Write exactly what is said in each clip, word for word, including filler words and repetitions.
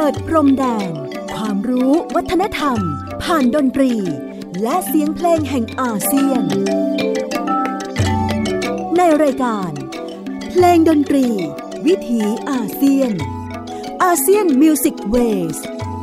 ดพรมแดนความรู้วัฒนธรรมผ่านดนตรีและเสียงเพลงแห่งอาเซียนในรายการเพลงดนตรีวิถีอาเซียนอาเซียนมิวสิกเวส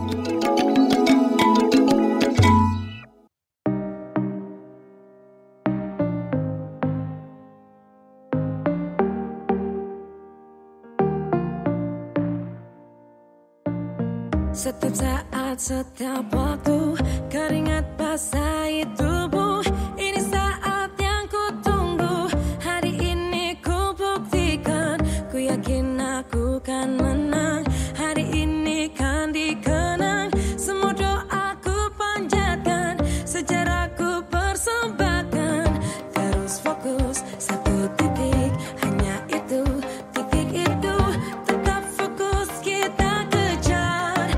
Setiap saat, setiap waktu, keringat basahi tubuh. Ini saat yang ku tunggu. Hari ini ku buktikan. Ku yakin aku kan menang. Hari ini kan dikenang. Semua doaku panjatkan. Sejarahku persembahkan. Terus fokus satu titik. Hanya itu, titik itu. Tetap fokus kita kejar.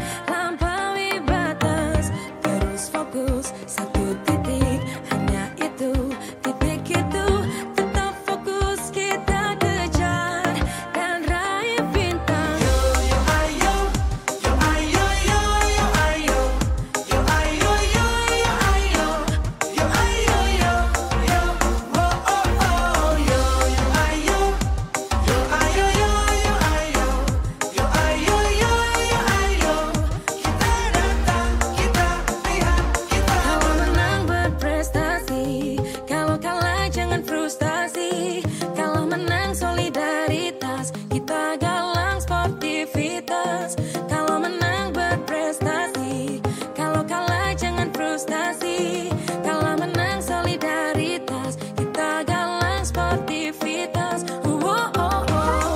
Satu titik, hanya itu, titik itu. Tetap fokus kita kejar dan raih bintang. Yo yo ayo, yo ayo yo yo ayo, yo ayo yo yo ayo, yo ayo yo yo, oh oh oh. Yo yo ayo, yo ayo yo yo ayo, yo ayo yo yo ayo. Kita datang, kita lihat, kita. Kalau menang berprestasi, kalau kalah jangan frustasi. Kalau menang solidaritas, kita galang sportivitas. Kalau menang berprestasi, kalau kalah jangan frustasi. Kalau menang solidaritas, kita galang sportivitas. Oh, oh, oh, oh.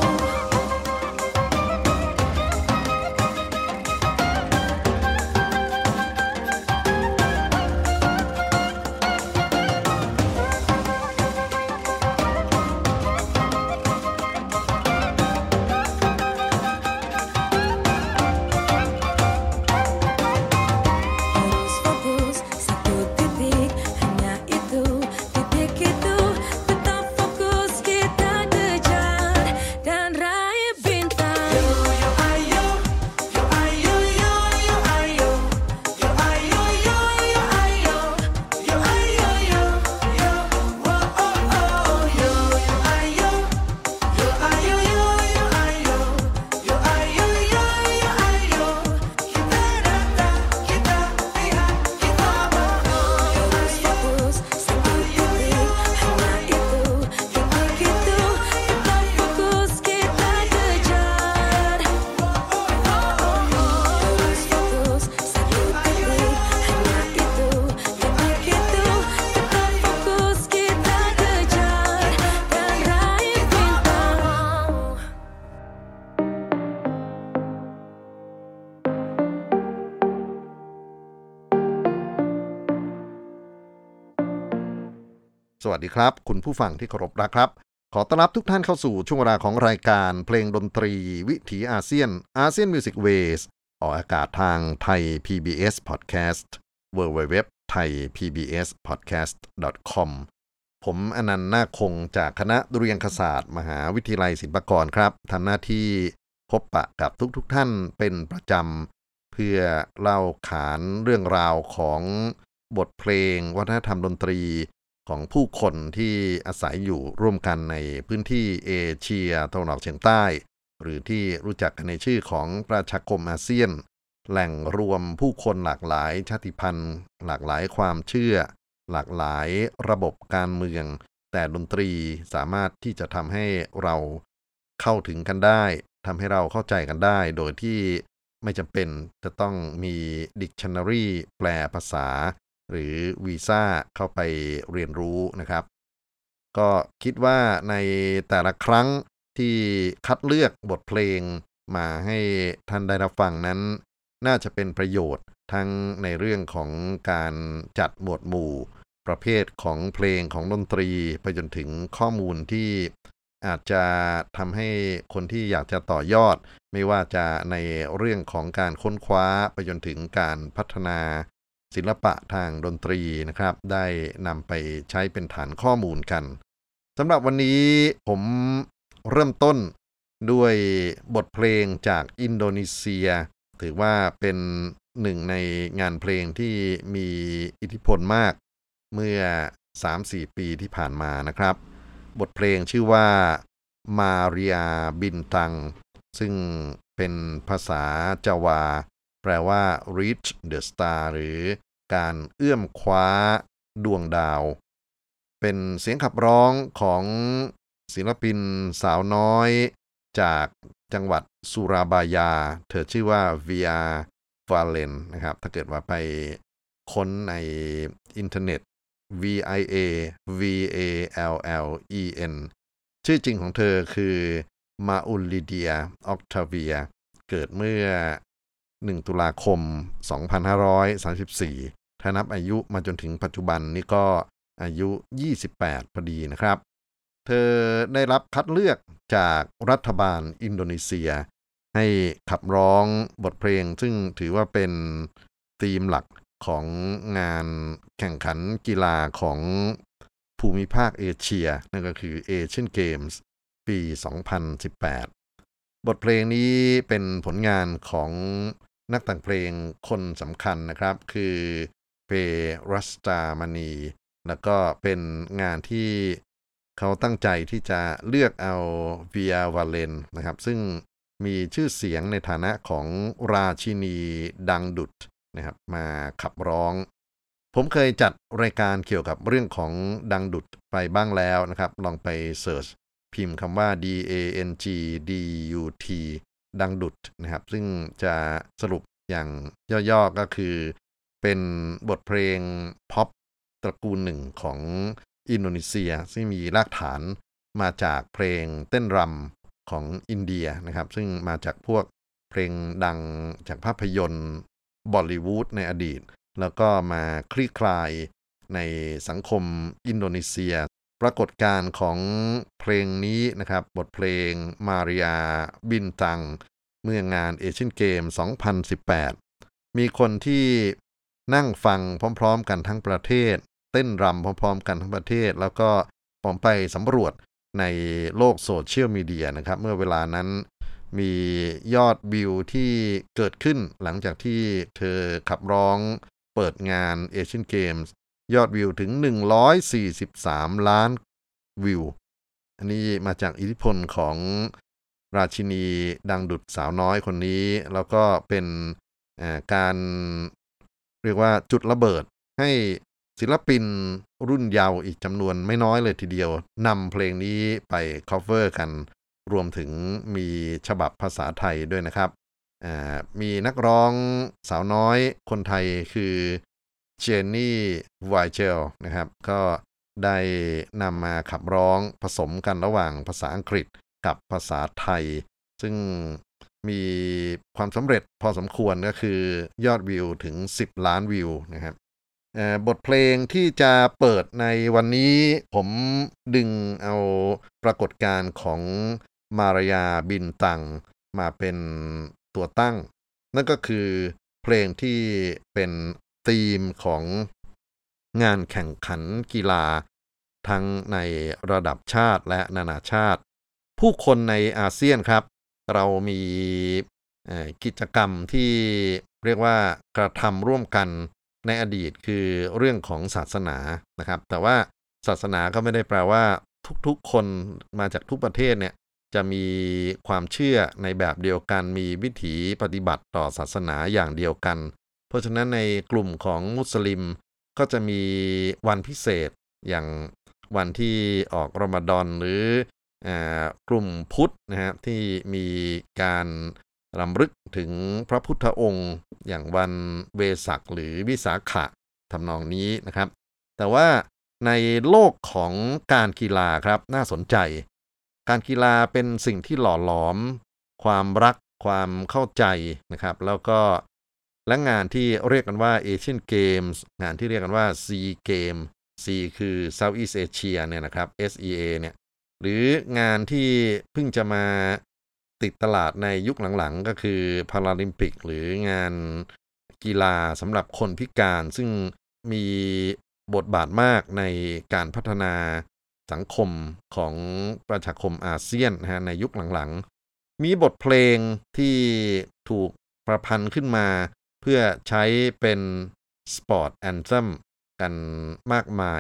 Terus fokus satu titik, hanya itu, titik itu. Tetap fokus kita kejar dan raih bintang. Yo yo ayo, yo ayo yo yo ayo, yo ayo yo yo ayo, yo ayo yo yo, oh oh oh. Yo yo ayo, yo ayo yo yo ayo, yo ayo yo yo ayo. Kita datang, kita lihat, kita bawa. Terus fokus satu titik, hanya itu, titik itu. Tetap fokus kita kejar. Terus fokus satu titik, hanya itu, titik itu. Tetap fokus kita kejar dan raih bintang. สวัสดีครับคุณผู้ฟังที่เคารพรักครับขอต้อนรับทุกท่านเข้าสู่ช่วงเวลาของรายการเพลงดนตรีวิถีอาเซียนอาเซียนมิวสิกเวสออกอากาศทางไทย พี บี เอส Podcast ดับเบิลยู ดับเบิลยู ดับเบิลยู ดอท ไทย พี บี เอส พอดแคสต์ ดอท คอม ผมอนันต์นาคคงจากคณะดุริยางคศาสตร์มหาวิทยาลัยศิลปากรครับทำหน้าที่พบปะกับทุกๆ ท่านเป็นประจำเพื่อเล่าขานเรื่องราวของบทเพลงวัฒนธรรมดนตรีของผู้คนที่อาศัยอยู่ร่วมกันในพื้นที่เอเชียตะวันออกเฉียงใต้หรือที่รู้จักกันในชื่อของประชาคมอาเซียนแหล่งรวมผู้คนหลากหลายชาติพันธุ์หลากหลายความเชื่อหลากหลายระบบการเมืองแต่ดนตรีสามารถที่จะทำให้เราเข้าถึงกันได้ทำให้เราเข้าใจกันได้โดยที่ไม่จำเป็นจะต้องมี Dictionary แปลภาษาหรือวีซ่าเข้าไปเรียนรู้นะครับก็คิดว่าในแต่ละครั้งที่คัดเลือกบทเพลงมาให้ท่านได้รับฟังนั้นน่าจะเป็นประโยชน์ทั้งในเรื่องของการจัดหมวดหมู่ประเภทของเพลงของดนตรีไปจนถึงข้อมูลที่อาจจะทำให้คนที่อยากจะต่อยอดไม่ว่าจะในเรื่องของการค้นคว้าไปจนถึงการพัฒนา ศิลปะทางดนตรีนะครับได้นำไปใช้เป็นฐานข้อมูลกันสำหรับวันนี้ผมเริ่มต้นด้วยบทเพลงจากอินโดนีเซียถือว่าเป็นหนึ่งในงานเพลงที่มีอิทธิพลมากเมื่อ สามถึงสี่ ปีที่ผ่านมานะครับบทเพลงชื่อว่า Maria Bintang ซึ่งเป็นภาษาจาวาแปลว่า reach the star หรือการเอื้อมคว้าดวงดาวเป็นเสียงขับร้องของศิลปินสาวน้อยจากจังหวัดสุราบายาเธอชื่อว่า Via Valen นะครับถ้าเกิดว่าไปค้นในอินเทอร์เน็ต V I A V A L L E N ชื่อจริงของเธอคือมาอุลลิเดียออกทาเวียเกิดเมื่อหนึ่งตุลาคมสองพันห้าร้อยสามสิบสี่ถ้านับอายุมาจนถึงปัจจุบันนี่ก็อายุยี่สิบแปดพอดีนะครับเธอได้รับคัดเลือกจากรัฐบาลอินโดนีเซียให้ขับร้องบทเพลงซึ่งถือว่าเป็นธีมหลักของงานแข่งขันกีฬาของภูมิภาคเอเชียนั่นก็คือ Asian Games ปี สองพันสิบแปด บทเพลงนี้เป็นผลงานของนักแต่งเพลงคนสำคัญนะครับคือเปรัสตามณีแล้วก็เป็นงานที่เขาตั้งใจที่จะเลือกเอา Via Valen นะครับซึ่งมีชื่อเสียงในฐานะของราชินีดังดุจนะครับมาขับร้องผมเคยจัดรายการเกี่ยวกับเรื่องของดังดุจไปบ้างแล้วนะครับลองไปเสิร์ชพิมพ์คำว่า D A N G D U T ดังดุจนะครับซึ่งจะสรุปอย่างย่อๆก็คือเป็นบทเพลงพ็อปตระกูลหนึ่งของอินโดนีเซียซึ่งมีรากฐานมาจากเพลงเต้นรำของอินเดียนะครับซึ่งมาจากพวกเพลงดังจากภาพยนตร์บอลลีวูดในอดีตแล้วก็มาคลี่คลายในสังคมอินโดนีเซียปรากฏการณ์ของเพลงนี้นะครับบทเพลง Maria Bintang เมื่องานเอเชียนเกม สองพันสิบแปด มีคนที่นั่งฟังพร้อมๆกันทั้งประเทศเต้นรำพร้อมๆกันทั้งประเทศแล้วก็ผมไปสำรวจในโลกโซเชียลมีเดียนะครับเมื่อเวลานั้นมียอดวิวที่เกิดขึ้นหลังจากที่เธอขับร้องเปิดงานเอเชียนเกมส์ยอดวิวถึงหนึ่งร้อยสี่สิบสามล้านวิวอันนี้มาจากอิทธิพลของราชินีดังดุจสาวน้อยคนนี้แล้วก็เป็นการเรียกว่าจุดระเบิดให้ศิลปินรุ่นเยาว์อีกจำนวนไม่น้อยเลยทีเดียวนำเพลงนี้ไป cover กันรวมถึงมีฉบับภาษาไทยด้วยนะครับมีนักร้องสาวน้อยคนไทยคือเจนนี่ไวเจลนะครับก็ได้นำมาขับร้องผสมกันระหว่างภาษาอังกฤษกับภาษาไทยซึ่งมีความสำเร็จพอสมควรก็คือยอดวิวถึงสิบล้านวิวนะครับบทเพลงที่จะเปิดในวันนี้ผมดึงเอาปรากฏการณ์ของมารยาบินตังมาเป็นตัวตั้งนั่นก็คือเพลงที่เป็นธีมของงานแข่งขันกีฬาทั้งในระดับชาติและนานาชาติผู้คนในอาเซียนครับเรามีกิจกรรมที่เรียกว่ากระทำร่วมกันในอดีตคือเรื่องของศาสนานะครับแต่ว่าศาสนาก็ไม่ได้แปลว่าทุกๆคนมาจากทุกประเทศเนี่ยจะมีความเชื่อในแบบเดียวกันมีวิถีปฏิบัติต่อศาสนาอย่างเดียวกันเพราะฉะนั้นในกลุ่มของมุสลิมก็จะมีวันพิเศษอย่างวันที่ออกรอมฎอนหรือกลุ่มพุทธนะฮะที่มีการรำลึกถึงพระพุทธองค์อย่างวันเวสักหรือวิสาขะทำนองนี้นะครับแต่ว่าในโลกของการกีฬาครับน่าสนใจการกีฬาเป็นสิ่งที่หล่อหลอมความรักความเข้าใจนะครับแล้วก็และงานที่เรียกกันว่า Asian Games งานที่เรียกกันว่า Sea Game C คือ Southeast Asia เนี่ยนะครับ เอส อี เอ เนี่ยหรืองานที่เพิ่งจะมาติดตลาดในยุคหลังๆก็คือพาราลิมปิกหรืองานกีฬาสำหรับคนพิการซึ่งมีบทบาทมากในการพัฒนาสังคมของประชาคมอาเซียนนะฮะในยุคหลังๆมีบทเพลงที่ถูกประพันธ์ขึ้นมาเพื่อใช้เป็น Sport Anthem กันมากมาย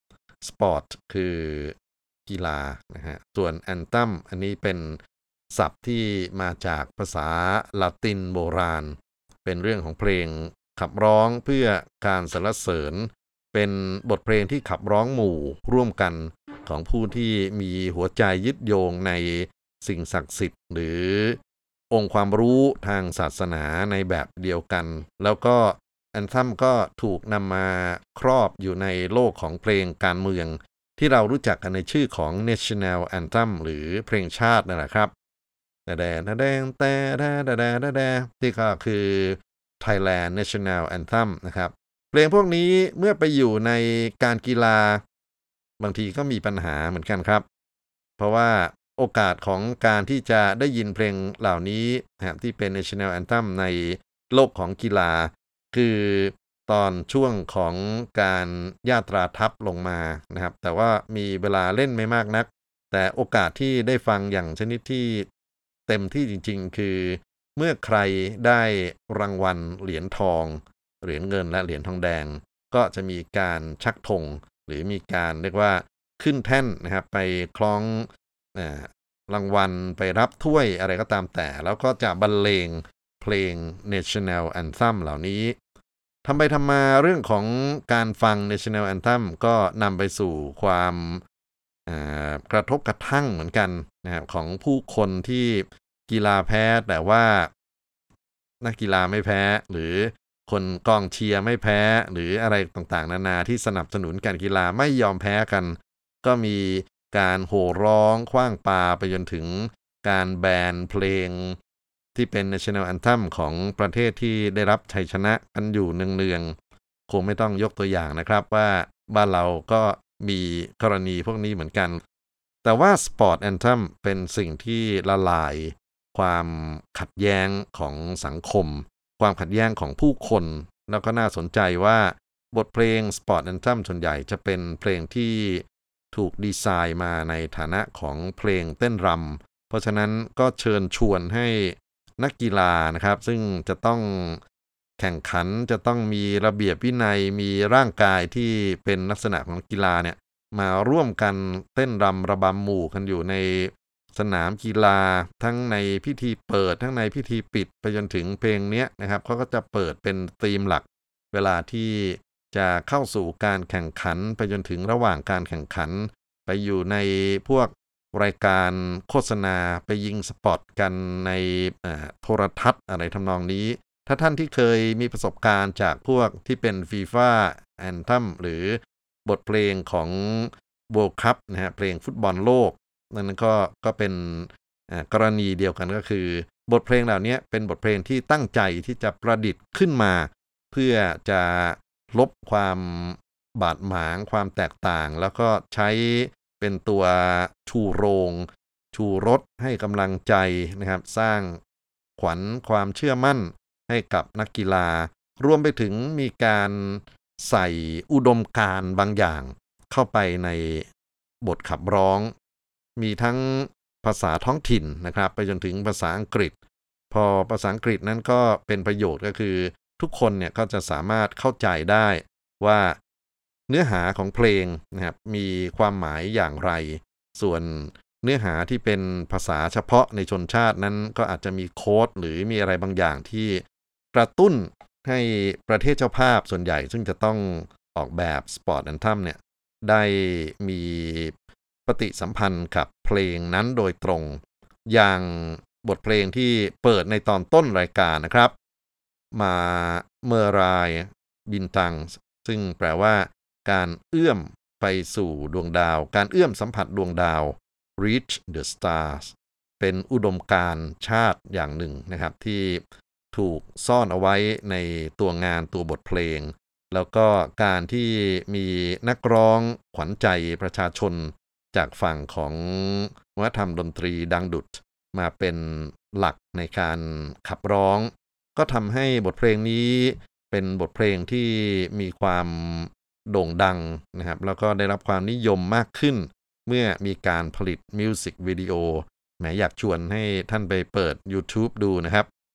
Sport คือกีฬานะฮะส่วน Anthem อันนี้เป็นศัพท์ที่มาจากภาษาละตินโบราณเป็นเรื่องของเพลงขับร้องเพื่อการสรรเสริญเป็นบทเพลงที่ขับร้องหมู่ร่วมกันของผู้ที่มีหัวใจยึดโยงในสิ่งศักดิ์สิทธิ์หรือองค์ความรู้ทางศาสนาในแบบเดียวกันแล้วก็แอนทัมก็ถูกนำมาครอบอยู่ในโลกของเพลงการเมืองที่เรารู้จักกันในชื่อของ National Anthem หรือเพลงชาตินั่นแหละครับแต่แดนแต่แดนแต่แดนแต่แดนแต่แดนที่ก็คือ Thailand National Anthem นะครับเพลงพวกนี้เมื่อไปอยู่ในการกีฬาบางทีก็มีปัญหาเหมือนกันครับเพราะว่าโอกาสของการที่จะได้ยินเพลงเหล่านี้นะครับที่เป็น National Anthem ในโลกของกีฬาคือตอนช่วงของการญาตราทัพลงมานะครับแต่ว่ามีเวลาเล่นไม่มากนักแต่โอกาสที่ได้ฟังอย่างชนิดที่เต็มที่จริงๆคือเมื่อใครได้รางวัลเหรียญทองเหรียญเงินและเหรียญทองแดงก็จะมีการชักธงหรือมีการเรียกว่าขึ้นแท่นนะครับไปคล้องรางวัลไปรับถ้วยอะไรก็ตามแต่แล้วก็จะบรรเลงเพลง National Anthem เหล่านี้ทำไปทำมาเรื่องของการฟัง National Anthem ก็นำไปสู่ความกระทบกระทั่งเหมือนกันนะครับของผู้คนที่กีฬาแพ้แต่ว่านักกีฬาไม่แพ้หรือคนกองเชียร์ไม่แพ้หรืออะไรต่างๆนานาที่สนับสนุนการกีฬาไม่ยอมแพ้กันก็มีการโห่ร้องขว้างปาไปจนถึงการแบนเพลงที่เป็น National Anthem ของประเทศที่ได้รับชัยชนะกันอยู่เนืองๆคงไม่ต้องยกตัวอย่างนะครับว่าบ้านเราก็มีกรณีพวกนี้เหมือนกันแต่ว่า Sport Anthem เป็นสิ่งที่ละลายความขัดแย้งของสังคมความขัดแย้งของผู้คนแล้วก็น่าสนใจว่าบทเพลง Sport Anthem ส่วนใหญ่จะเป็นเพลงที่ถูกดีไซน์มาในฐานะของเพลงเต้นรำเพราะฉะนั้นก็เชิญชวนให้นักกีฬานะครับซึ่งจะต้องแข่งขันจะต้องมีระเบียบวินัยมีร่างกายที่เป็นลักษณะของกีฬาเนี่ยมาร่วมกันเต้นรำระบำหมู่กันอยู่ในสนามกีฬาทั้งในพิธีเปิดทั้งในพิธีปิดไปจนถึงเพลงนี้นะครับเขาก็จะเปิดเป็นธีมหลักเวลาที่จะเข้าสู่การแข่งขันไปจนถึงระหว่างการแข่งขันไปอยู่ในพวกรายการโฆษณาไปยิงสปอตกันในโทรทัศน์อะไรทำนองนี้ถ้าท่านที่เคยมีประสบการณ์จากพวกที่เป็น FIFA Anthem หรือบทเพลงของ World Cup นะฮะเพลงฟุตบอลโลกนั่นก็ก็เป็นกรณีเดียวกันก็คือบทเพลงเหล่านี้เป็นบทเพลงที่ตั้งใจที่จะประดิษฐ์ขึ้นมาเพื่อจะลบความบาดหมางความแตกต่างแล้วก็ใช้เป็นตัวชูโรงชูรสให้กำลังใจนะครับสร้างขวัญความเชื่อมั่นให้กับนักกีฬารวมไปถึงมีการใส่อุดมการณ์บางอย่างเข้าไปในบทขับร้องมีทั้งภาษาท้องถิ่นนะครับไปจนถึงภาษาอังกฤษพอภาษาอังกฤษนั้นก็เป็นประโยชน์ก็คือทุกคนเนี่ยก็จะสามารถเข้าใจได้ว่าเนื้อหาของเพลงนะครับมีความหมายอย่างไรส่วนเนื้อหาที่เป็นภาษาเฉพาะในชนชาตินั้นก็อาจจะมีโค้ดหรือมีอะไรบางอย่างที่กระตุ้นให้ประเทศเจ้าภาพส่วนใหญ่ซึ่งจะต้องออกแบบ Sport Anthem เนี่ยได้มีปฏิสัมพันธ์กับเพลงนั้นโดยตรงอย่างบทเพลงที่เปิดในตอนต้นรายการนะครับมาเมอรายบินตังซึ่งแปลว่าการเอื้อมไปสู่ดวงดาวการเอื้อมสัมผัสดวงดาว reach the stars เป็นอุดมการณ์ชาติอย่างหนึ่งนะครับที่ถูกซ่อนเอาไว้ในตัวงานตัวบทเพลงแล้วก็การที่มีนักร้องขวัญใจประชาชนจากฝั่งของวัฒนธรรมดนตรีดังดุดมาเป็นหลักในการขับร้องก็ทำให้บทเพลงนี้เป็นบทเพลงที่มีความโด่งดังนะครับแล้วก็ได้รับความนิยมมากขึ้นเมื่อมีการผลิตมิวสิกวิดีโอแหมอยากชวนให้ท่านไปเปิด YouTube ดูนะครับ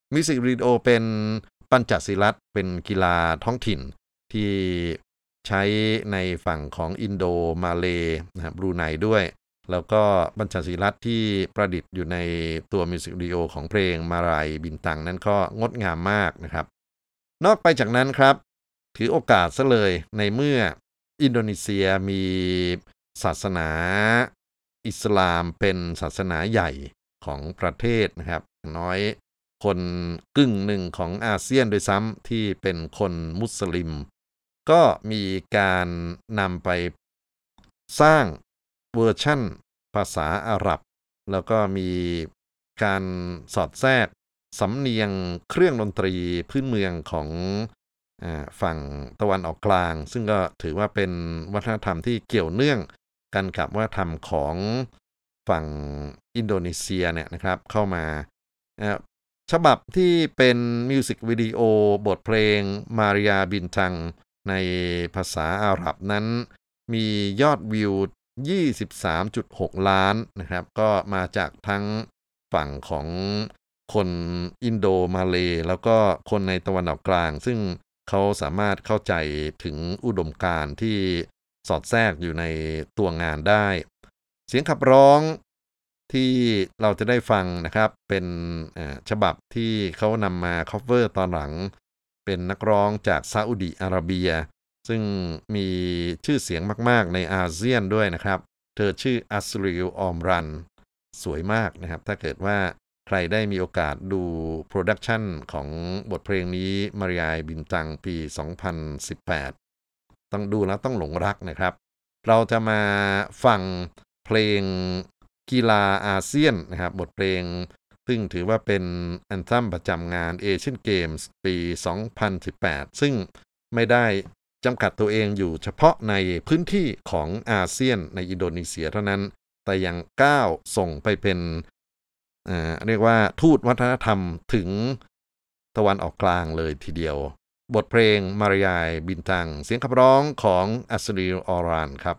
มิวสิกวิดีโอเป็นปัญจศีลัตเป็นกีฬาท้องถิ่นที่ใช้ในฝั่งของอินโดมาเลนะครับบรูไนด้วยแล้วก็ปัญจศีลัตที่ประดิษฐ์อยู่ในตัวมิวสิกวิดีโอของเพลงมาลายบินตังนั้นก็งดงามมากนะครับนอกไปจากนั้นครับถือโอกาสซะเลยในเมื่ออินโดนีเซียมีศาสนาอิสลามเป็นศาสนาใหญ่ของประเทศนะครับน้อยคนกึ่งหนึ่งของอาเซียนโดยซ้ำที่เป็นคนมุสลิมก็มีการนำไปสร้างเวอร์ชั่นภาษาอาหรับแล้วก็มีการสอดแทรกสำเนียงเครื่องดนตรีพื้นเมืองของอ่าฝั่งตะวันออกกลางซึ่งก็ถือว่าเป็นวัฒนธรรมที่เกี่ยวเนื่องกันกับวัฒนธรรมของฝั่งอินโดนีเซียเนี่ยนะครับเข้ามาฉบับที่เป็นมิวสิกวิดีโอบทเพลงมาริยาบินตังในภาษาอาหรับนั้นมียอดวิว ยี่สิบสามจุดหก ล้านนะครับก็มาจากทั้งฝั่งของคนอินโดมาเลแล้วก็คนในตะวันออกกลางซึ่งเขาสามารถเข้าใจถึงอุดมการณ์ที่สอดแทรกอยู่ในตัวงานได้เสียงขับร้องที่เราจะได้ฟังนะครับเป็นฉบับที่เขานำมาคัฟเวอร์ตอนหลังเป็นนักร้องจากซาอุดิอาระเบียซึ่งมีชื่อเสียงมากๆในอาเซียนด้วยนะครับเธอชื่ออัสริลออมรันสวยมากนะครับถ้าเกิดว่าใครได้มีโอกาสดูโปรดักชันของบทเพลงนี้มาริยาบินตังปีสองพันสิบแปดต้องดูแล้วต้องหลงรักนะครับเราจะมาฟังเพลงกีฬาอาเซียนนะครับบทเพลงซึ่งถือว่าเป็นแอนทัมประจำงานเอเชียนเกมส์ปีสองพันสิบแปดซึ่งไม่ได้จำกัดตัวเองอยู่เฉพาะในพื้นที่ของอาเซียนในอินโดนีเซียเท่านั้นแต่ยังก้าวส่งไปเป็นอ่าเรียกว่าทูตวัฒนธรรมถึงตะวันออกกลางเลยทีเดียวบทเพลงมาริยาบินตังเสียงขับร้องของอัสริลออรานครับ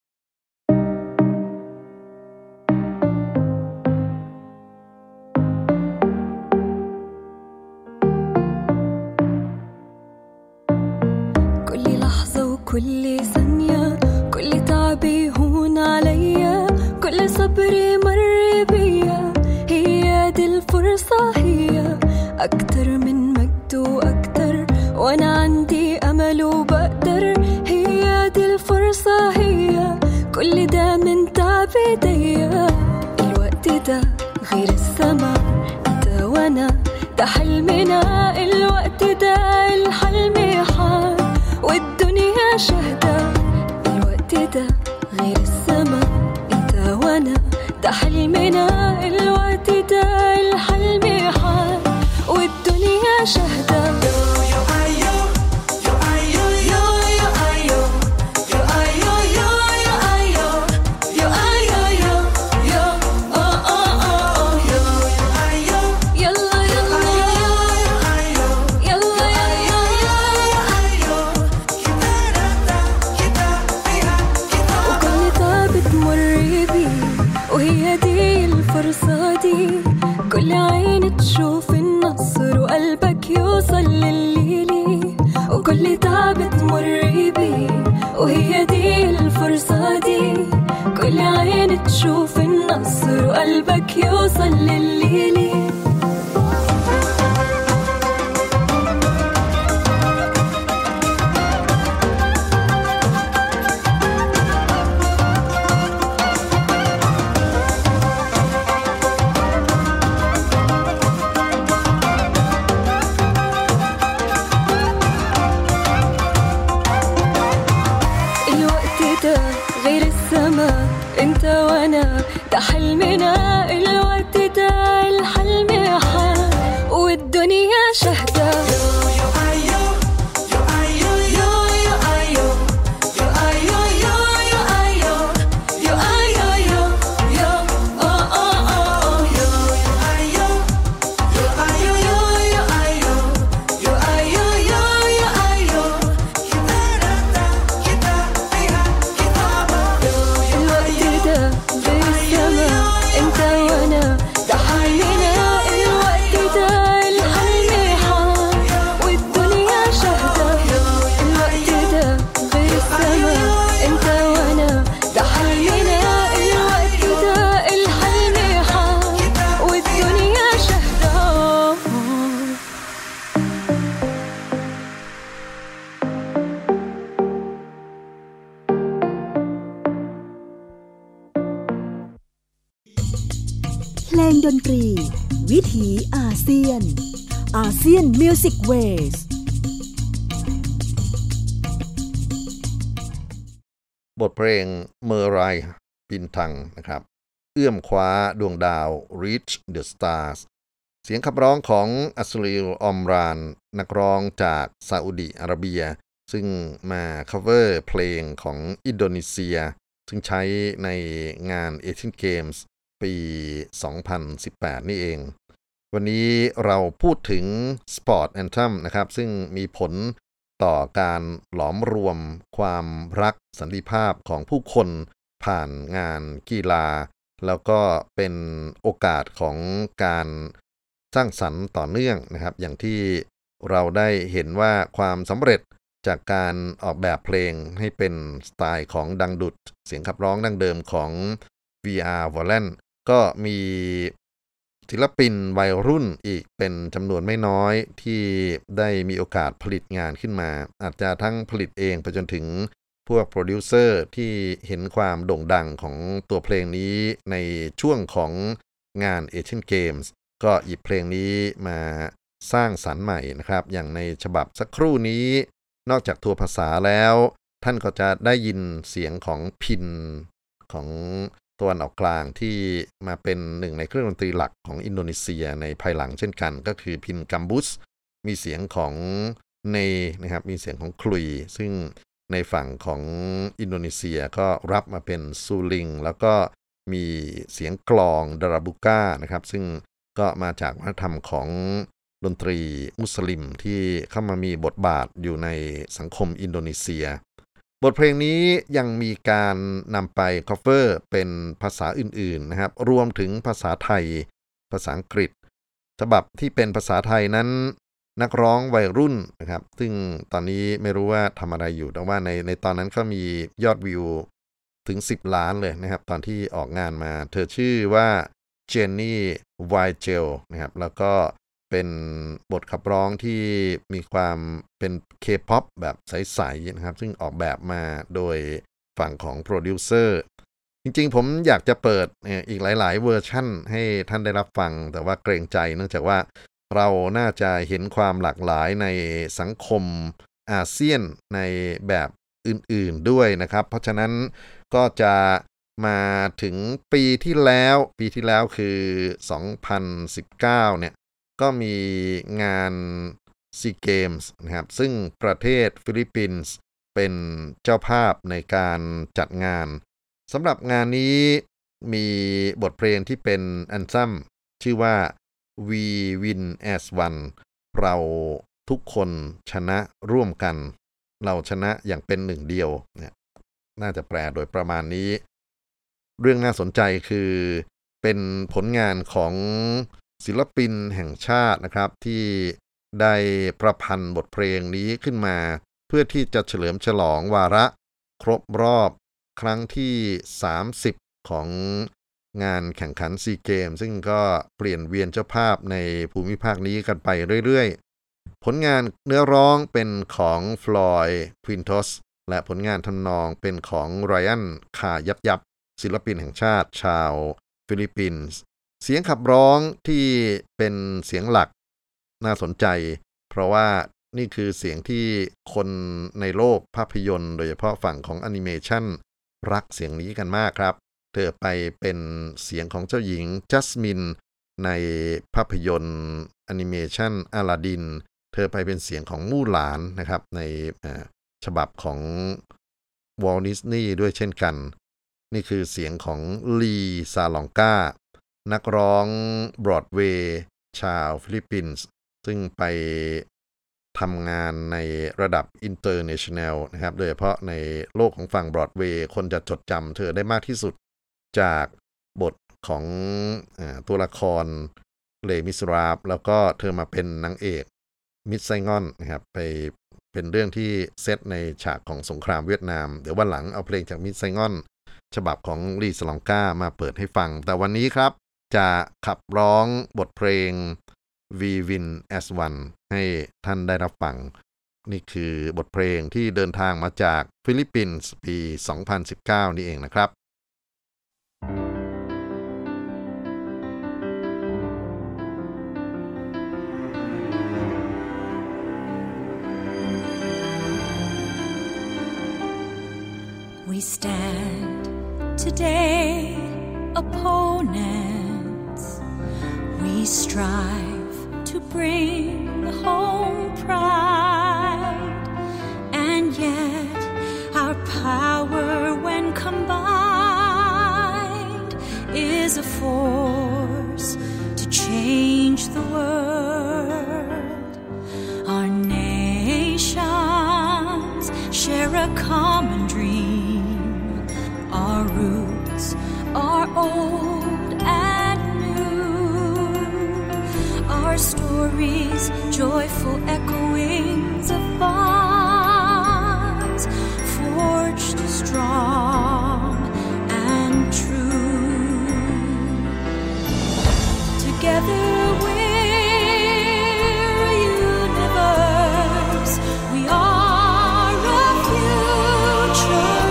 كل ثانية كل تعبي هون عليا كل صبري مر بيا هي دي الفرصة هي أكتر من مجد وأكتر وأنا عندي أمل وبقدر هي دي الفرصة هي كل ده من تعب ايديا الوقت ده غير السما انت وانا ده حلمنا الوقت ده الحلم حال والدنيا شهدة الوقت ده غير السما انت وانا ده حلمنا الوقت ده الحلم حال والدنيا شهدة كل عين تشوف النصر وقلبك يوصل لليلي وكل تعب تمر بيه وهي دي الفرصة دي كل عين تشوف النصر وقلبك يوصل لليلي غير السما انت وانا ده حلمنا الوقت ده ดนตรีวิถีอาเซียนอาเซียนมิวสิกเวสบทเพลงเมอไรปินทังนะครับเอื้อมคว้าดวงดาว Reach the Stars เสียงขับร้องของอัสลิลออมรานนักร้องจากซาอุดิอาระเบียซึ่งมา cover เพลงของอินโดนีเซียซึ่งใช้ในงาน Asian Games ปี สองพันสิบแปด นี่เองวันนี้เราพูดถึง Sport Anthem นะครับซึ่งมีผลต่อการหลอมรวมความรักสันติภาพของผู้คนผ่านงานกีฬาแล้วก็เป็นโอกาสของการสร้างสรรค์ต่อเนื่องนะครับอย่างที่เราได้เห็นว่าความสำเร็จจากการออกแบบเพลงให้เป็นสไตล์ของดังดุดเสียงขับร้องดั้งเดิมของ วี อาร์ Wallen ก็มีศิลปินวัยรุ่นอีกเป็นจำนวนไม่น้อยที่ได้มีโอกาสผลิตงานขึ้นมาอาจจะทั้งผลิตเองไปจนถึงพวกโปรดิวเซอร์ที่เห็นความโด่งดังของตัวเพลงนี้ในช่วงของงาน Asian Games ก็หยิบเพลงนี้มาสร้างสรรค์ใหม่นะครับอย่างในฉบับสักครู่นี้นอกจากตัวภาษาแล้วท่านก็จะได้ยินเสียงของพินของตะวันออกกลางที่มาเป็นหนึ่งในเครื่องดนตรีหลักของอินโดนีเซียในภายหลังเช่นกันก็คือพินกัมบุสมีเสียงของเนนะครับมีเสียงของคลุยซึ่งในฝั่งของอินโดนีเซียก็รับมาเป็นซูลิงแล้วก็มีเสียงกลองดาราบุก้านะครับซึ่งก็มาจากวัฒนธรรมของดนตรีมุสลิมที่เข้ามามีบทบาทอยู่ในสังคมอินโดนีเซียบทเพลงนี้ยังมีการนำไป cover เป็นภาษาอื่นๆนะครับรวมถึงภาษาไทยภาษาอังกฤษฉบับที่เป็นภาษาไทยนั้นนักร้องวัยรุ่นนะครับซึ่งตอนนี้ไม่รู้ว่าทำอะไรอยู่แต่ว่าในในตอนนั้นก็มียอดวิวถึงสิบล้านเลยนะครับตอนที่ออกงานมาเธอชื่อว่าเจนนี่ไวเจลนะครับแล้วก็เป็นบทขับร้องที่มีความเป็น K-pop แบบใสๆนะครับซึ่งออกแบบมาโดยฝั่งของโปรดิวเซอร์จริงๆผมอยากจะเปิดอีกหลายๆเวอร์ชั่นให้ท่านได้รับฟังแต่ว่าเกรงใจเนื่องจากว่าเราน่าจะเห็นความหลากหลายในสังคมอาเซียนในแบบอื่นๆด้วยนะครับเพราะฉะนั้นก็จะมาถึงปีที่แล้วปีที่แล้วคือสองพันสิบเก้าเนี่ยก็มีงาน ซี Games นะครับซึ่งประเทศฟิลิปปินส์เป็นเจ้าภาพในการจัดงานสำหรับงานนี้มีบทเพลงที่เป็นแอนซัมชื่อว่า We Win as One เราทุกคนชนะร่วมกันเราชนะอย่างเป็นหนึ่งเดียวเนี่ยน่าจะแปลโดยประมาณนี้เรื่องน่าสนใจคือเป็นผลงานของศิลปินแห่งชาตินะครับที่ได้ประพันธ์บทเพลงนี้ขึ้นมาเพื่อที่จะเฉลิมฉลองวาระครบรอบครั้งที่สามสิบของงานแข่งขันซีเกมซึ่งก็เปลี่ยนเวียนเจ้าภาพในภูมิภาคนี้กันไปเรื่อยๆผลงานเนื้อร้องเป็นของฟลอยด์ควินทอสและผลงานทำนองเป็นของไรอันคายับยับศิลปินแห่งชาติชาวฟิลิปปินส์เสียงขับร้องที่เป็นเสียงหลักน่าสนใจเพราะว่านี่คือเสียงที่คนในโลกภาพยนตร์โดยเฉพาะฝั่งของแอนิเมชันรักเสียงนี้กันมากครับเธอไปเป็นเสียงของเจ้าหญิงจัสมินในภาพยนตร์แอนิเมชันอลาดินเธอไปเป็นเสียงของมู่หลานนะครับในฉบับของวอลต์ดิสนีย์ด้วยเช่นกันนี่คือเสียงของลีซาลองกานักร้องบรอดเวย์ชาวฟิลิปปินส์ซึ่งไปทำงานในระดับ International นะครับโดยเฉพาะในโลกของฝั่งบรอดเวย์คนจะจดจำเธอได้มากที่สุดจากบทของอ่าตัวละครเลมิสราฟแล้วก็เธอมาเป็นนางเอกมิดไซงอนนะครับไปเป็นเรื่องที่เซตในฉากของสงครามเวียดนามเดี๋ยววันหลังเอาเพลงจากมิดไซงอนฉบับของลีซาลองกามาเปิดให้ฟังแต่วันนี้ครับจะขับร้องบทเพลง We Win as One ให้ท่านได้รับฟังนี่คือบทเพลงที่เดินทางมาจากฟิลิปปินส์ปีสองพันสิบเก้านี่เองนะครับ stand today opponents. We strive to bring home pride, and yet our power when combined is a force to change the world. Our nations share a common dream. Our roots are old and new. Our stories, joyful echoings of bonds forged strong and true. Together we're a universe. We are a future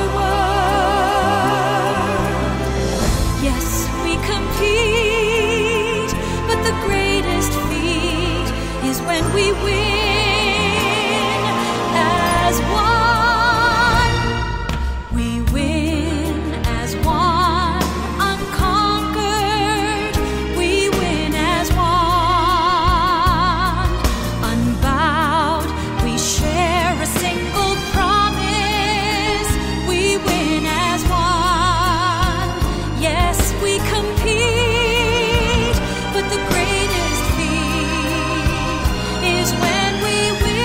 world. Yes, we compete, but the greatest feat is when we win as one. We win as one, unconquered. We win as one, unbowed. We share a single promise. We win as one. Yes, we compete, but the greatest feat is when we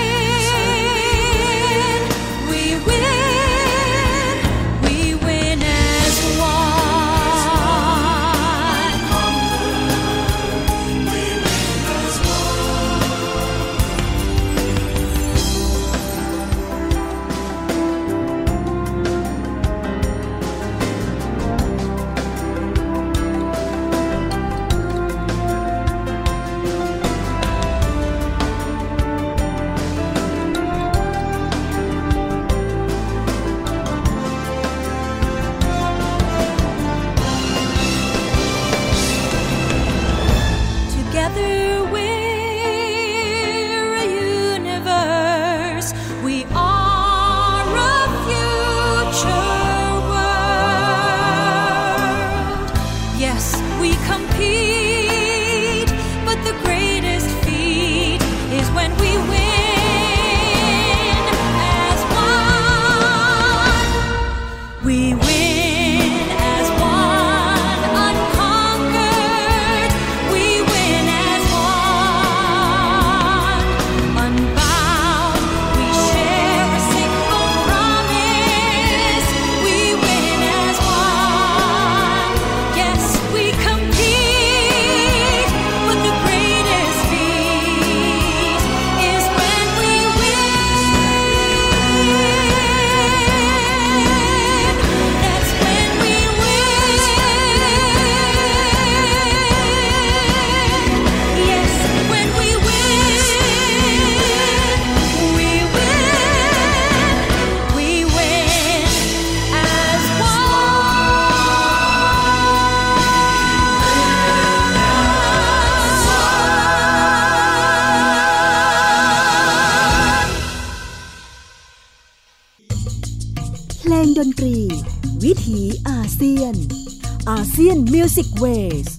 win. We win. We win as one. Together we're a universe. We are a future world. Yes, we compete, but the greatest feat is when we win as one. We win as one, unconquered. We win as one, unbound. We share a single promise. We win as one. Yes, we compete, but the greatest feat is when we win. That's when we win. Yes, when we win, we win. We win as one. เพลงดนตรี วิถีอาเซียนอาเซียนมิวสิกเวส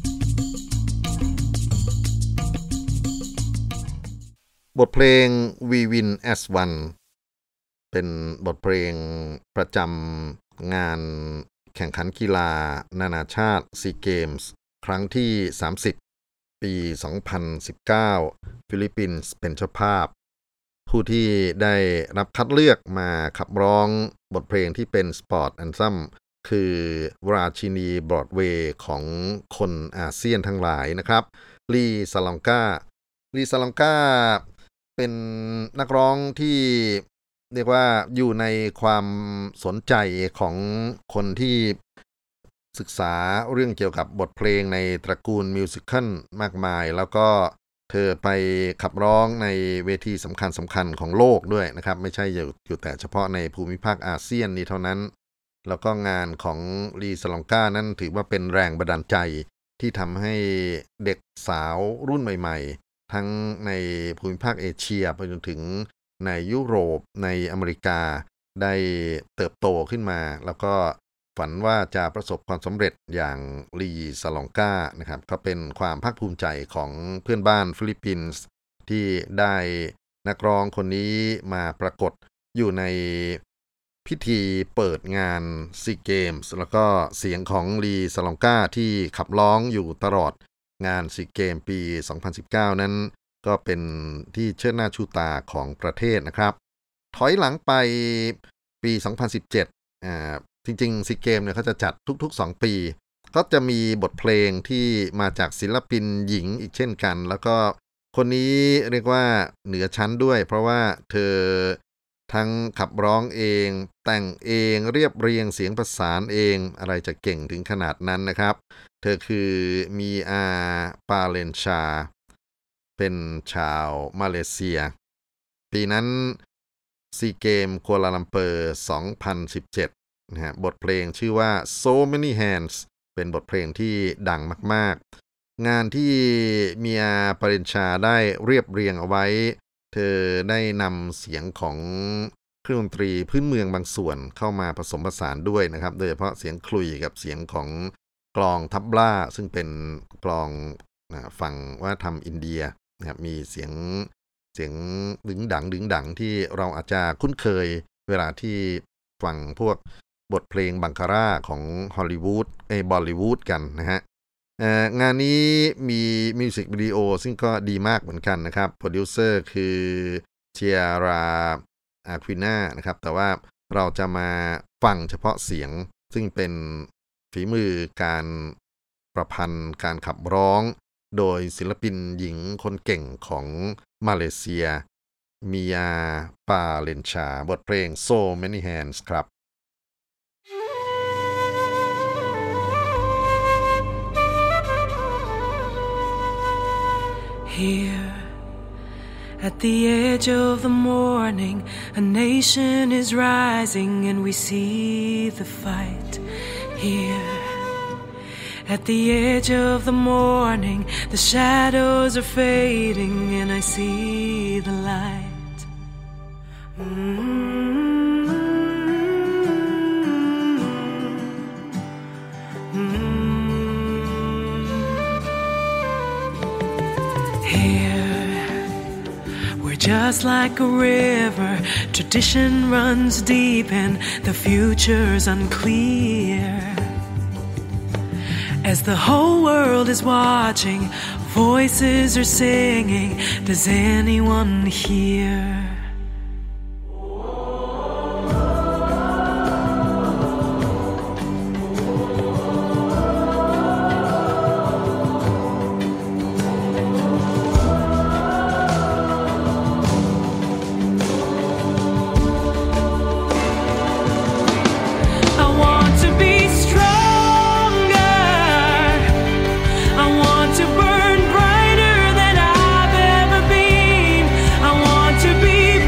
บทเพลง We Win as One เป็นบทเพลงประจำงานแข่งขันกีฬานานาชาติซีเกมส์ครั้งที่ สามสิบ ปี สองพันสิบเก้า ฟิลิปปินส์เป็นเจ้าภาพ ผู้ที่ได้รับคัดเลือกมาขับร้องบทเพลงที่เป็นสปอร์ตแอนซัมคือราชินีบรอดเวย์ของคนอาเซียนทั้งหลายนะครับลีซาลองกาลีซาลองกาเป็นนักร้องที่เรียกว่าอยู่ในความสนใจของคนที่ศึกษาเรื่องเกี่ยวกับบทเพลงในตระกูลมิวสิคัลมากมายแล้วก็เธอไปขับร้องในเวทีสำคัญสำคัญของโลกด้วยนะครับไม่ใช่อยู่อยู่แต่เฉพาะในภูมิภาคอาเซียนนี้เท่านั้นแล้วก็งานของลีซาลองกานั้นถือว่าเป็นแรงบันดาลใจที่ทำให้เด็กสาวรุ่นใหม่ๆทั้งในภูมิภาคเอเชียไปจนถึงในยุโรปในอเมริกาได้เติบโตขึ้นมาแล้วก็ฝันว่าจะประสบความสำเร็จอย่างลีซาลองกานะครับก็เป็นความภาคภูมิใจของเพื่อนบ้านฟิลิปปินส์ที่ได้นักร้องคนนี้มาปรากฏอยู่ในพิธีเปิดงานซีเกมส์แล้วก็เสียงของลีซาลองกาที่ขับร้องอยู่ตลอดงานซีเกมปีสองพันสิบเก้านั้นก็เป็นที่เชิดหน้าชูตาของประเทศนะครับถอยหลังไปปีสองพันสิบเจ็ดอ่าจริงๆซีเกมเนี่ยเขาจะจัดทุกๆสองปีก็จะมีบทเพลงที่มาจากศิลปินหญิงอีกเช่นกันแล้วก็คนนี้เรียกว่าเหนือชั้นด้วยเพราะว่าเธอทั้งขับร้องเองแต่งเองเรียบเรียงเสียงประสานเองอะไรจะเก่งถึงขนาดนั้นนะครับเธอคือมีอาปาเลนชาเป็นชาวมาเลเซียปีนั้นซีเกมกัวลาลัมเปอร์สองพันสิบเจ็ดนะฮะบทเพลงชื่อว่า So Many Hands เป็นบทเพลงที่ดังมากๆงานที่เมียปาเลนชาได้เรียบเรียงเอาไว้เธอได้นำเสียงของเครื่องดนตรีพื้นเมืองบางส่วนเข้ามาผสมผสานด้วยนะครับโดยเฉพาะเสียงคลุยกับเสียงของกลองทับล่าซึ่งเป็นกลองฝั่งว่าทำอินเดียนะครับมีเสียงเสียงดึงดังดึงดังที่เราอาจจะคุ้นเคยเวลาที่ฟังพวกบทเพลงบังคาร่าของฮอลลีวูดเอบอลลีวูดกันนะฮะงานนี้มีมิวสิกวิดีโอซึ่งก็ดีมากเหมือนกันนะครับโปรดิวเซอร์คือเชียราอาควิน่านะครับแต่ว่าเราจะมาฟังเฉพาะเสียงซึ่งเป็นฝีมือการประพันธ์การขับร้องโดยศิลปินหญิงคนเก่งของมาเลเซียมีอาปาเลนชาบทเพลง So Many Hands ครับ Here at the edge of the morning, a nation is rising and we see the fight. Here at the edge of the morning, the shadows are fading and I see the light. Mm-hmm. Just like a river, tradition runs deep and the future's unclear. As the whole world is watching, voices are singing, does anyone hear? To be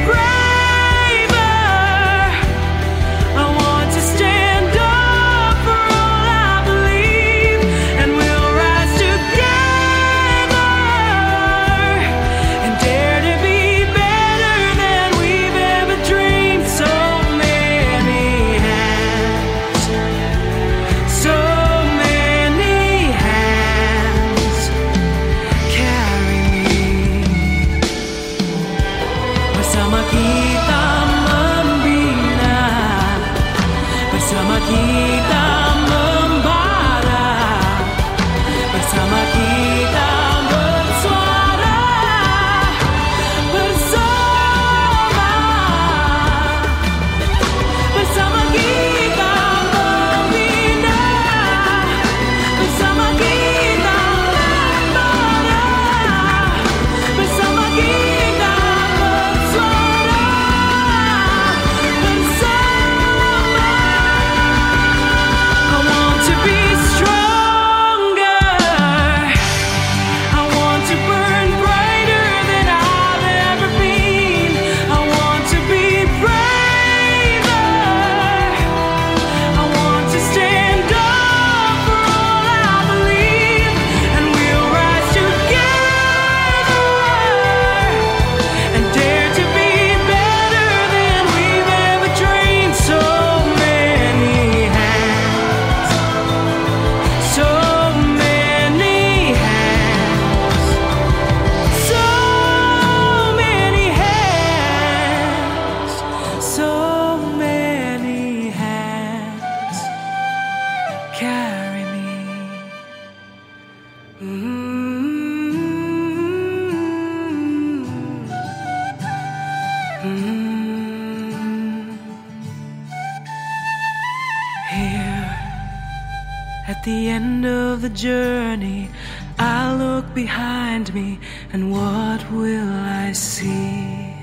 the end of the journey, I look behind me, and what will I see?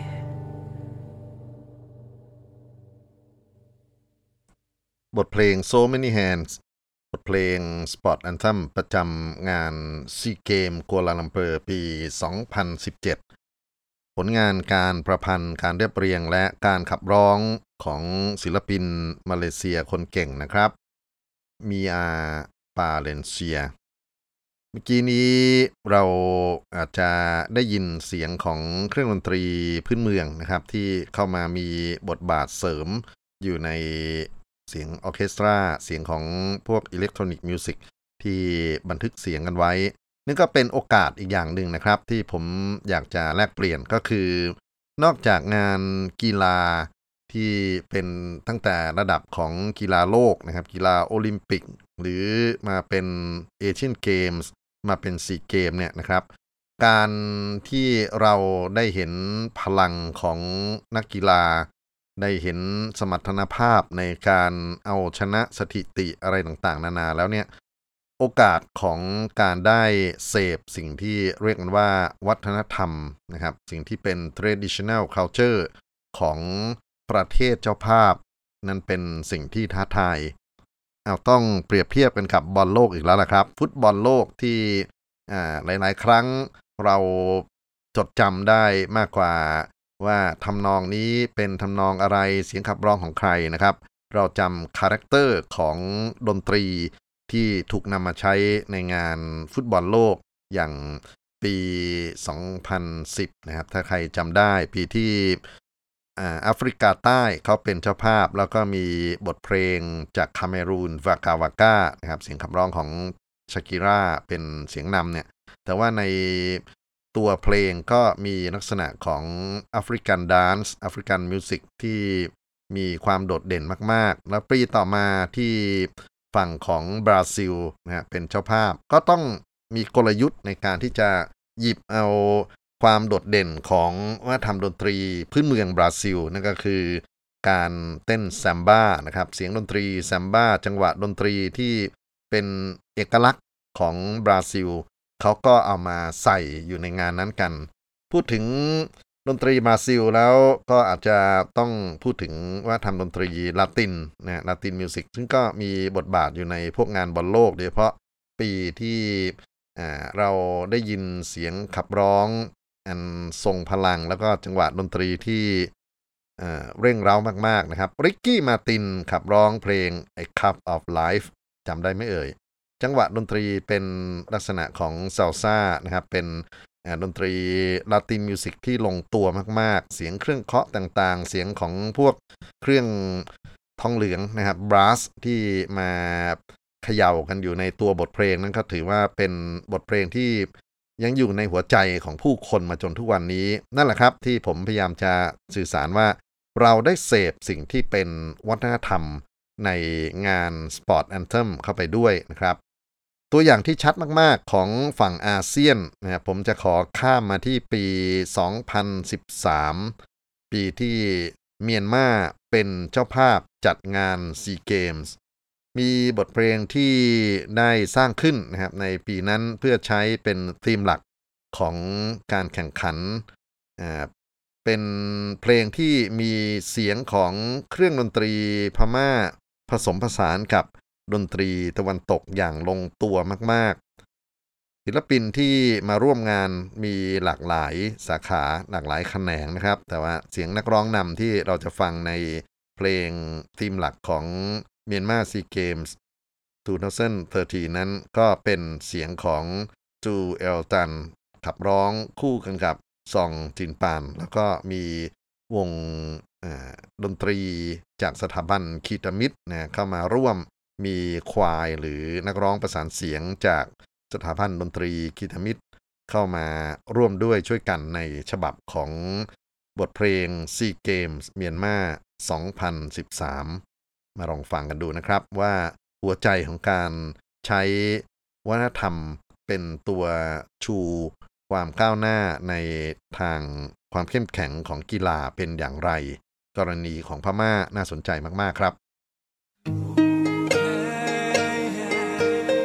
บทเพลง So Many Hands บทเพลง Sport Anthem ประจำงานซีเกมกัวลาลัมเปอร์ปี สองพันสิบเจ็ด ผลงานการประพันธ์การเรียบเรียงและการขับร้องของศิลปินมาเลเซียคนเก่งนะครับมีอาปาเลนเซียเมื่อกี้นี้เราอาจจะได้ยินเสียงของเครื่องดนตรีพื้นเมืองนะครับที่เข้ามามีบทบาทเสริมอยู่ในเสียงออร์เคสตราเสียงของพวกอิเล็กทรอนิกส์มิวสิกที่บันทึกเสียงกันไว้นี่ก็เป็นโอกาสอีกอย่างหนึ่งนะครับที่ผมอยากจะแลกเปลี่ยนก็คือนอกจากงานกีฬาที่เป็นตั้งแต่ระดับของกีฬาโลกนะครับกีฬาโอลิมปิกหรือมาเป็นเอเชียนเกมส์มาเป็นซีเกมเนี่ยนะครับการที่เราได้เห็นพลังของนักกีฬาได้เห็นสมรรถภาพในการเอาชนะสถิติอะไรต่างๆนานาแล้วเนี่ยโอกาสของการได้เสพสิ่งที่เรียกกันว่าวัฒนธรรมนะครับสิ่งที่เป็น traditional culture ของประเทศเจ้าภาพนั้นเป็นสิ่งที่ท้าทายเอาต้องเปรียบเทียบกันกับบอลโลกอีกแล้วล่ะครับฟุตบอลโลกที่อ่าหลายๆครั้งเราจดจำได้มากกว่าว่าทำนองนี้เป็นทำนองอะไรเสียงขับร้องของใครนะครับเราจำคาแรคเตอร์ของดนตรีที่ถูกนำมาใช้ในงานฟุตบอลโลกอย่างปี สองพันสิบ นะครับถ้าใครจำได้ปีที่แอฟริกาใต้เขาเป็นเจ้าภาพแล้วก็มีบทเพลงจากคาเมรูนวากาวาก้านะครับเสียงขับร้องของชากิร่าเป็นเสียงนำเนี่ยแต่ว่าในตัวเพลงก็มีลักษณะของแอฟริกันแดนซ์แอฟริกันมิวสิกที่มีความโดดเด่นมากๆแล้วปีต่อมาที่ฝั่งของบราซิลนะฮะเป็นเจ้าภาพก็ต้องมีกลยุทธ์ในการที่จะหยิบเอาความโดดเด่นของวัฒนธรรมดนตรีพื้นเมืองบราซิลนั่นก็คือการเต้นแซมบ้านะครับเสียงดนตรีแซมบ้าจังหวะดนตรีที่เป็นเอกลักษณ์ของบราซิลเขาก็เอามาใส่อยู่ในงานนั้นกันพูดถึงดนตรีบราซิลแล้วก็อาจจะต้องพูดถึงว่าทำดนตรีลาตินนะลาตินมิวสิกซึ่งก็มีบทบาทอยู่ในพวกงานบอลโลกโดยเฉพาะปีที่เราได้ยินเสียงขับร้องอันทรงพลังแล้วก็จังหวะดนตรีที่เร่งเร้ามากๆนะครับริกกี้มาตินขับร้องเพลง A Cup of Life จำได้ไหมเอ่ยจังหวะดนตรีเป็นลักษณะของซาลซ่านะครับเป็นดนตรีลาตินมิวสิกที่ลงตัวมากๆเสียงเครื่องเคาะต่างๆเสียงของพวกเครื่องทองเหลืองนะครับบรัสที่มาเขย่ากันอยู่ในตัวบทเพลงนั้นก็ถือว่าเป็นบทเพลงที่ยังอยู่ในหัวใจของผู้คนมาจนทุกวันนี้นั่นแหละครับที่ผมพยายามจะสื่อสารว่าเราได้เสพสิ่งที่เป็นวัฒนธรรมในงาน Sport Anthem เข้าไปด้วยนะครับตัวอย่างที่ชัดมากๆของฝั่งอาเซียนนะครับผมจะขอข้ามมาที่ปี สองพันสิบสาม ปีที่เมียนมาเป็นเจ้าภาพจัดงานซีเกมส์มีบทเพลงที่ได้สร้างขึ้นนะครับในปีนั้นเพื่อใช้เป็นธีมหลักของการแข่งขันอ่าเป็นเพลงที่มีเสียงของเครื่องดนตรีพม่าผสมผสานกับดนตรีตะวันตกอย่างลงตัวมากๆศิลปินที่มาร่วมงานมีหลากหลายสาขาหลากหลายแขนงนะครับแต่ว่าเสียงนักร้องนำที่เราจะฟังในเพลงธีมหลักของเมียนมาซีเกมส์สองพันสิบสามนั้นก็เป็นเสียงของจูเอลตันขับร้องคู่กันกับซองจินปานแล้วก็มีวงดนตรีจากสถาบันคีตามิดนะเข้ามาร่วมมีควายหรือนักร้องประสานเสียงจากสถาบันดนตรีคีตามิดเข้ามาร่วมด้วยช่วยกันในฉบับของบทเพลงซีเกมส์เมียนมาสองพันสิบสามมาลองฟังกันดูนะครับว่าหัวใจของการใช้วัฒนธรรมเป็นตัวชูความก้าวหน้าในทางความเข้มแข็งของกีฬาเป็นอย่างไรกรณีของพม่าน่าสนใจมากๆครับ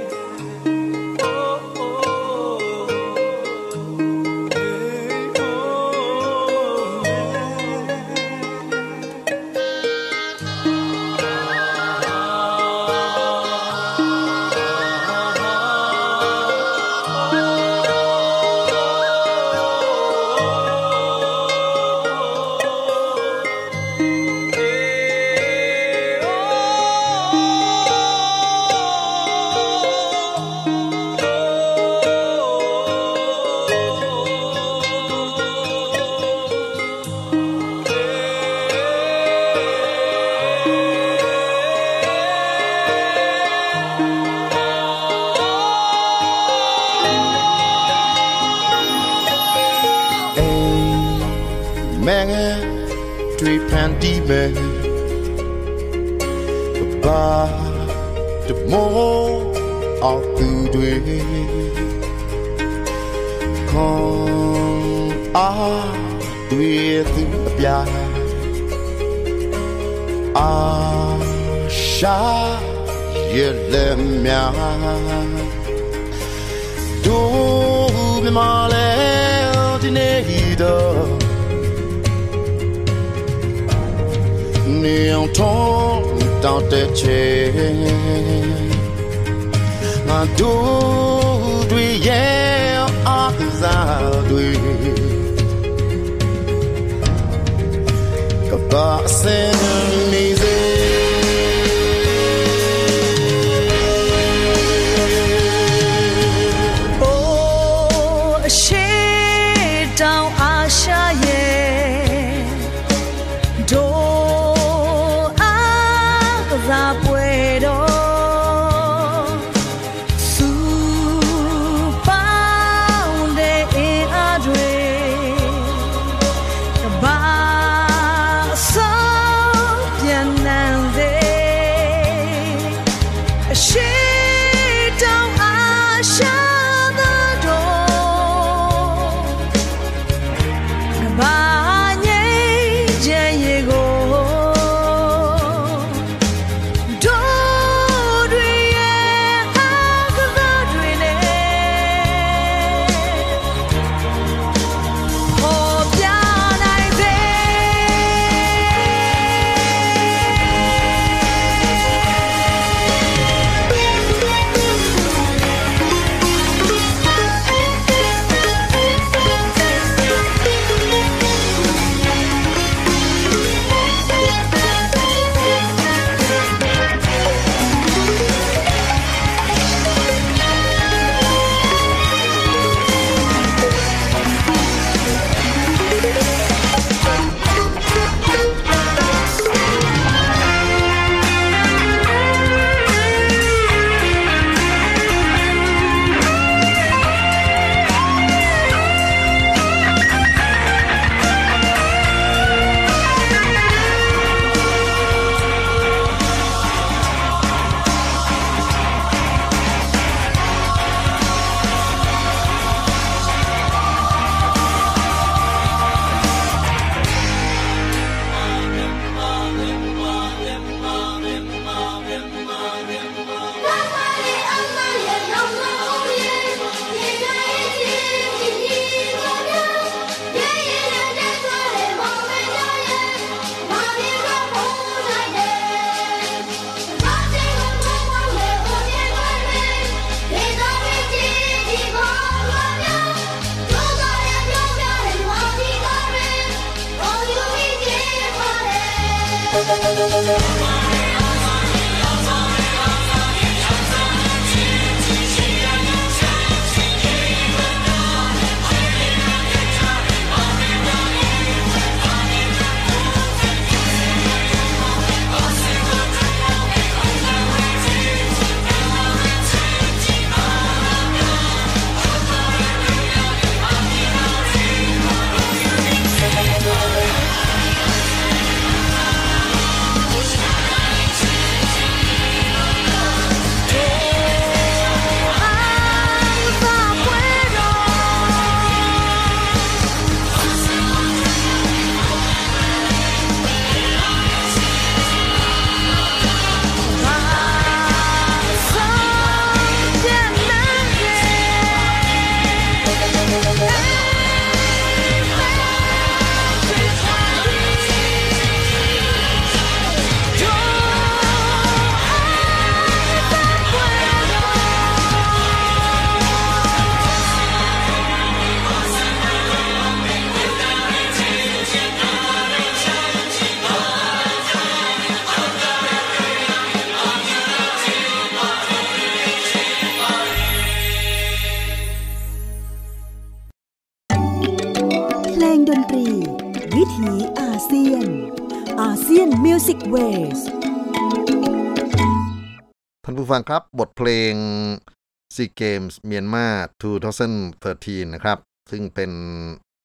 မဲတွေဖန်တီးမယ်ဘာတမောအောက်သူတွေခွန်အားတွေသူအပြာအာရှာရဲ့လက်များတို့မြမလဲဒီနေ့တော့နေအောင်ထုံးတောင်းတဲ့ချေငါတို့တွေရဲ့အားကစားတွေကဘာစင်နေစေวิถีอาเซียนอาเซียนมิวสิกเวสท่านผู้ฟังครับบทเพลง SEA Games เมียนมา สองพันสิบสาม นะครับซึ่งเป็น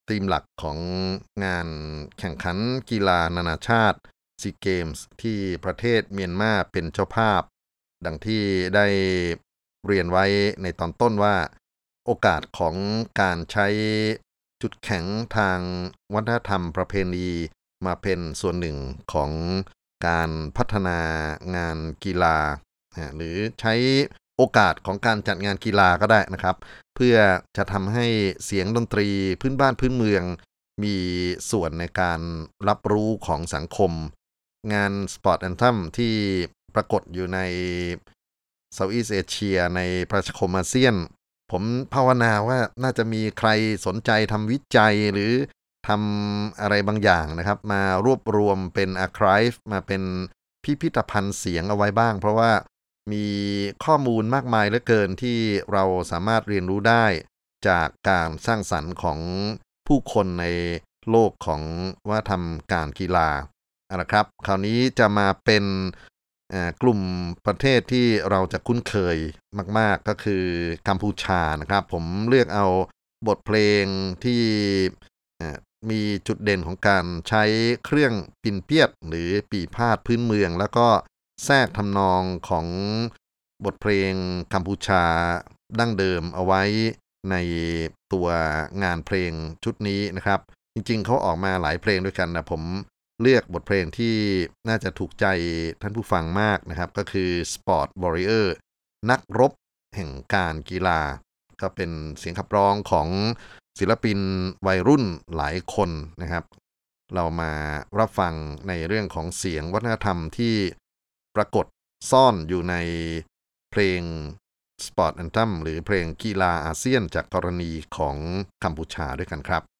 ธีมหลักของงานแข่งขันกีฬานานาชาติซีเกมส์ที่ประเทศเมียนมาเป็นเจ้าภาพดังที่ได้เรียนไว้ในตอนต้นว่าโอกาสของการใช้จุดแข็งทางวัฒนธรรมประเพณีมาเป็นส่วนหนึ่งของการพัฒนางานกีฬาหรือใช้โอกาสของการจัดงานกีฬาก็ได้นะครับเพื่อจะทำให้เสียงดนตรีพื้นบ้านพื้นเมืองมีส่วนในการรับรู้ของสังคมงาน Sport Anthem ที่ปรากฏอยู่ใน Southeast Asia ในประชาคมอาเซียนผมภาวนาว่าน่าจะมีใครสนใจทำวิจัยหรือทำอะไรบางอย่างนะครับมารวบรวมเป็นอาร์ไคฟมาเป็นพิพิธภัณฑ์เสียงเอาไว้บ้างเพราะว่ามีข้อมูลมากมายเหลือเกินที่เราสามารถเรียนรู้ได้จากการสร้างสรรค์ของผู้คนในโลกของวัฒนธรรมการกีฬานะครับคราวนี้จะมาเป็นกลุ่มประเทศที่เราจะคุ้นเคยมากๆก็คือกัมพูชานะครับผมเลือกเอาบทเพลงที่มีจุดเด่นของการใช้เครื่องปิ่นเปียดหรือปีพาดพื้นเมืองแล้วก็แทรกทำนองของบทเพลงกัมพูชาดั้งเดิมเอาไว้ในตัวงานเพลงชุดนี้นะครับจริงๆเขาออกมาหลายเพลงด้วยกันนะผมเลือกบทเพลงที่น่าจะถูกใจท่านผู้ฟังมากนะครับก็คือ Sport Warrior นักรบแห่งการกีฬาก็เป็นเสียงขับร้องของศิลปินวัยรุ่นหลายคนนะครับเรามารับฟังในเรื่องของเสียงวัฒนธรรมที่ปรากฏซ่อนอยู่ในเพลง Sport Anthem หรือเพลงกีฬาอาเซียนจากกรณีของกัมพูชาด้วยกันครับ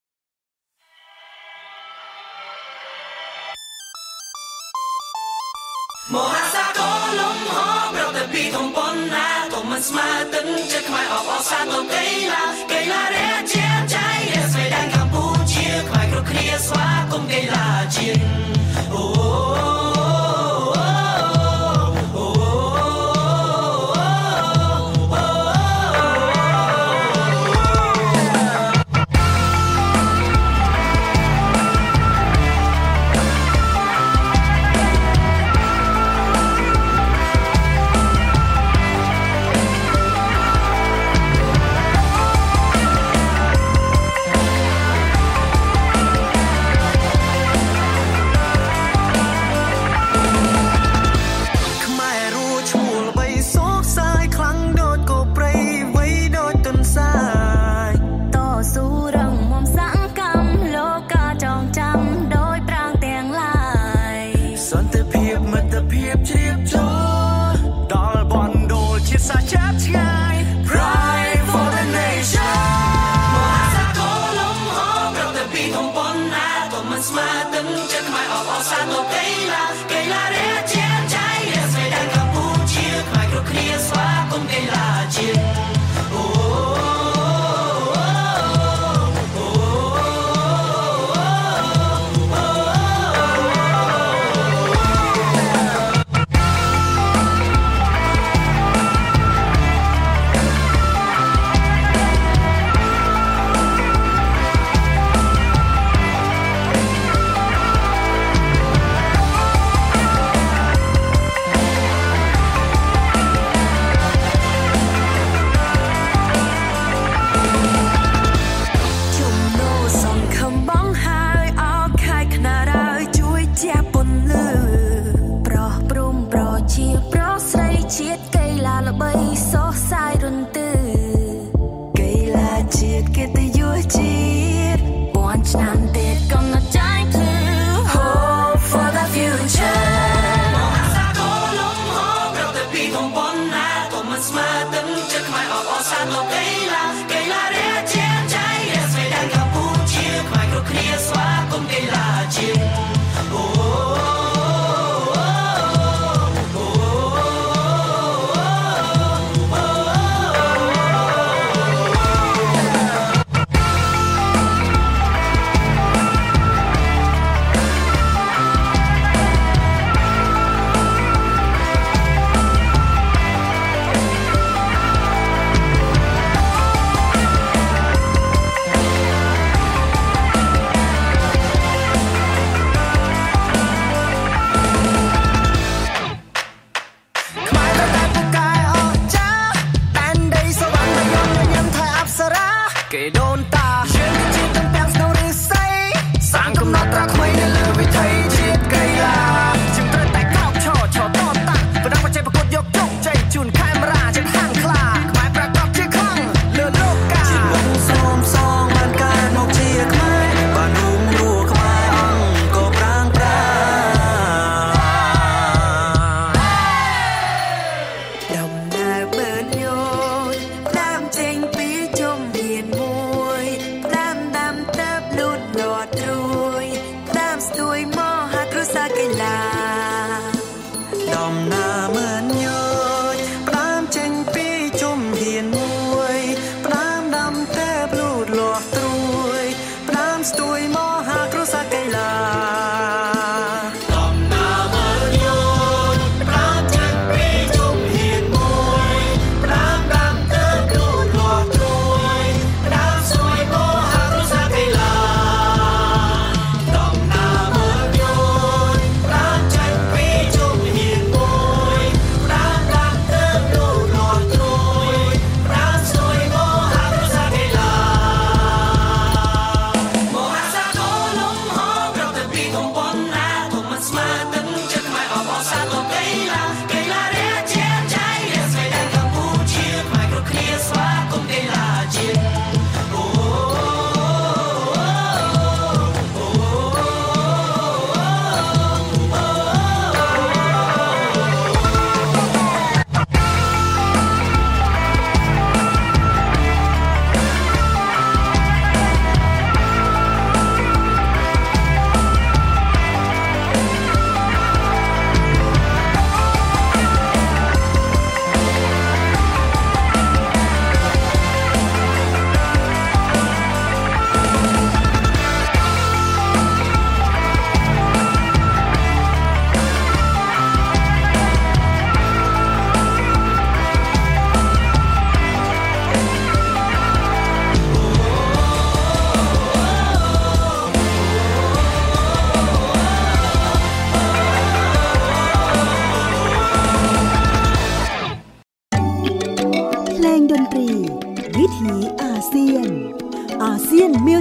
มหาสากลลมหอบเราแต่ปีทงปนนาตกมันสมาตึงจะขมายออกออกสานตกไกลาไกลาเรียเจียใจเรียสไปดังกัมพูเชียขมายกรุเคลียสวากมไกลาจินโอ้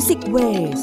Music Ways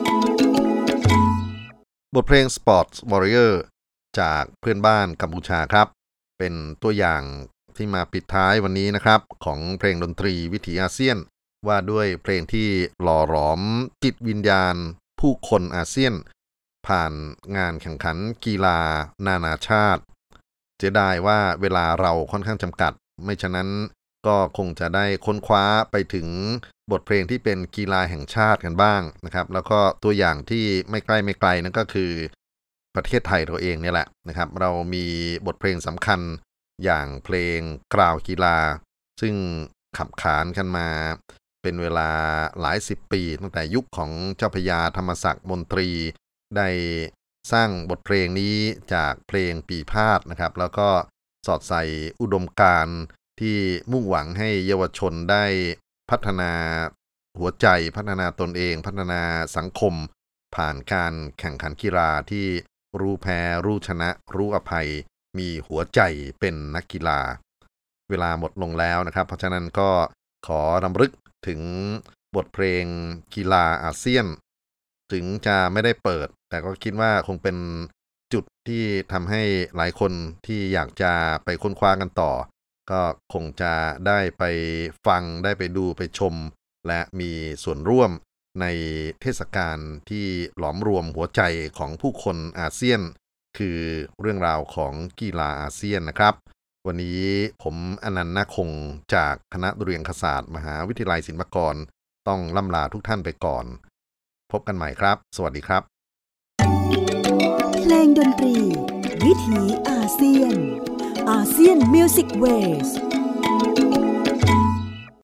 บทเพลง Sports Warrior จากเพื่อนบ้านกัมพูชาครับเป็นตัวอย่างที่มาปิดท้ายวันนี้นะครับของเพลงดนตรีวิถีอาเซียนว่าด้วยเพลงที่หล่อหลอมจิตวิญญาณผู้คนอาเซียนผ่านงานแข่งขันกีฬานานาชาติเสียดายว่าเวลาเราค่อนข้างจำกัดไม่ฉะนั้นก็คงจะได้ค้นคว้าไปถึงบทเพลงที่เป็นกีฬาแห่งชาติกันบ้างนะครับแล้วก็ตัวอย่างที่ไม่ใกล้ไม่ไกลนั่นก็คือประเทศไทยเราเองเนี่ยแหละนะครับเรามีบทเพลงสำคัญอย่างเพลงกล่าวกีฬาซึ่งขับขานกันมาเป็นเวลาหลายสิบปีตั้งแต่ยุคของเจ้าพระยาธรรมศักดิ์มนตรีได้สร้างบทเพลงนี้จากเพลงปีพาทย์นะครับแล้วก็สอดใส่อุดมการณ์ที่มุ่งหวังให้เยาวชนได้พัฒนาหัวใจพัฒนาตนเองพัฒนาสังคมผ่านการแข่งขันกีฬาที่รู้แพ้รู้ชนะรู้อภัยมีหัวใจเป็นนักกีฬาเวลาหมดลงแล้วนะครับเพราะฉะนั้นก็ขอรำลึกถึงบทเพลงกีฬาอาเซียนถึงจะไม่ได้เปิดแต่ก็คิดว่าคงเป็นจุดที่ทำให้หลายคนที่อยากจะไปค้นคว้ากันต่อก็คงจะได้ไปฟังได้ไปดูไปชมและมีส่วนร่วมในเทศกาลที่หลอมรวมหัวใจของผู้คนอาเซียนคือเรื่องราวของกีฬาอาเซียนนะครับวันนี้ผมอนันต์ นาคงจากคณะดุริยางคศาสตร์มหาวิทยาลัยศิลปากรต้องล่ำลาทุกท่านไปก่อนพบกันใหม่ครับสวัสดีครับเพลงดนตรีวิถีอาเซียนอาเซียน Music Ways